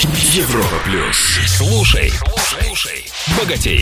Европа плюс. Слушай, богатей.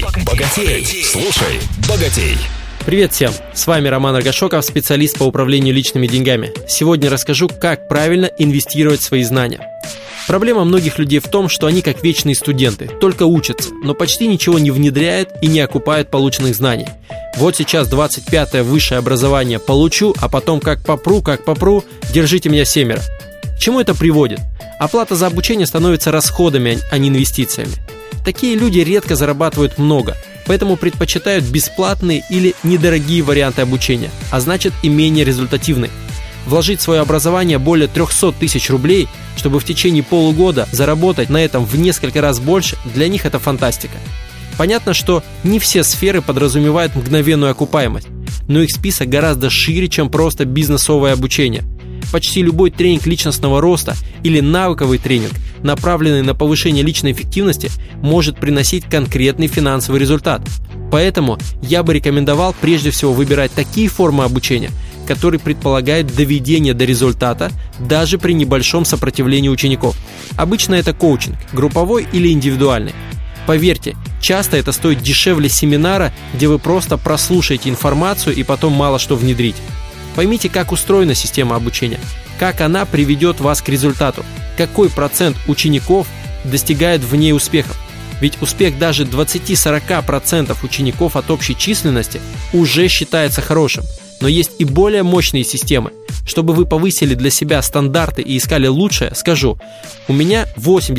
Слушай, богатей. Привет всем! С вами Роман Аргашоков, специалист по управлению личными деньгами. Сегодня расскажу, как правильно инвестировать свои знания. Проблема многих людей в том, что они как вечные студенты, только учатся, но почти ничего не внедряют и не окупают полученных знаний. Вот сейчас 25-е высшее образование получу, а потом как попру, держите меня семеро. К чему это приводит? Оплата за обучение становится расходами, а не инвестициями. Такие люди редко зарабатывают много, поэтому предпочитают бесплатные или недорогие варианты обучения, а значит и менее результативные. Вложить в свое образование более 300 тысяч рублей, чтобы в течение полугода заработать на этом в несколько раз больше, для них это фантастика. Понятно, что не все сферы подразумевают мгновенную окупаемость, но их список гораздо шире, чем просто бизнесовое обучение. Почти любой тренинг личностного роста или навыковый тренинг, направленный на повышение личной эффективности, может приносить конкретный финансовый результат. Поэтому я бы рекомендовал прежде всего выбирать такие формы обучения, которые предполагают доведение до результата даже при небольшом сопротивлении учеников. Обычно это коучинг, групповой или индивидуальный. Поверьте, часто это стоит дешевле семинара, где вы просто прослушаете информацию и потом мало что внедрить. Поймите, как устроена система обучения, как она приведет вас к результату, какой процент учеников достигает в ней успехов. Ведь успех даже 20-40% учеников от общей численности уже считается хорошим. Но есть и более мощные системы. Чтобы вы повысили для себя стандарты и искали лучшее, скажу: у меня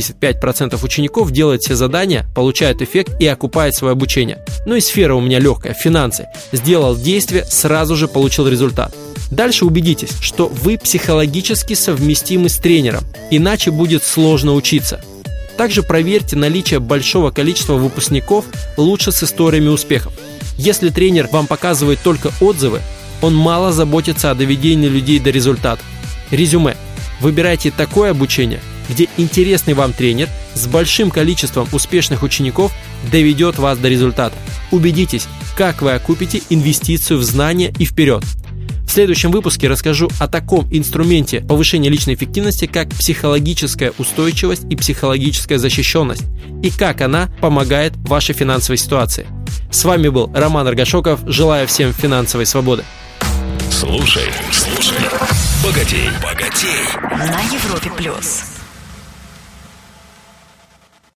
85% учеников делают все задания, получают эффект и окупают свое обучение. Ну и сфера у меня легкая, финансы. Сделал действие, сразу же получил результат. Дальше убедитесь, что вы психологически совместимы с тренером, иначе будет сложно учиться. Также проверьте наличие большого количества выпускников лучше с историями успехов. Если тренер вам показывает только отзывы, он мало заботится о доведении людей до результата. Резюме. Выбирайте такое обучение, где интересный вам тренер с большим количеством успешных учеников доведет вас до результата. Убедитесь, как вы окупите инвестицию в знания и вперед. В следующем выпуске расскажу о таком инструменте повышения личной эффективности, как психологическая устойчивость и психологическая защищенность, и как она помогает в вашей финансовой ситуации. С вами был Роман Аргашоков. Желаю всем финансовой свободы. Слушай, богатей. На Европе плюс.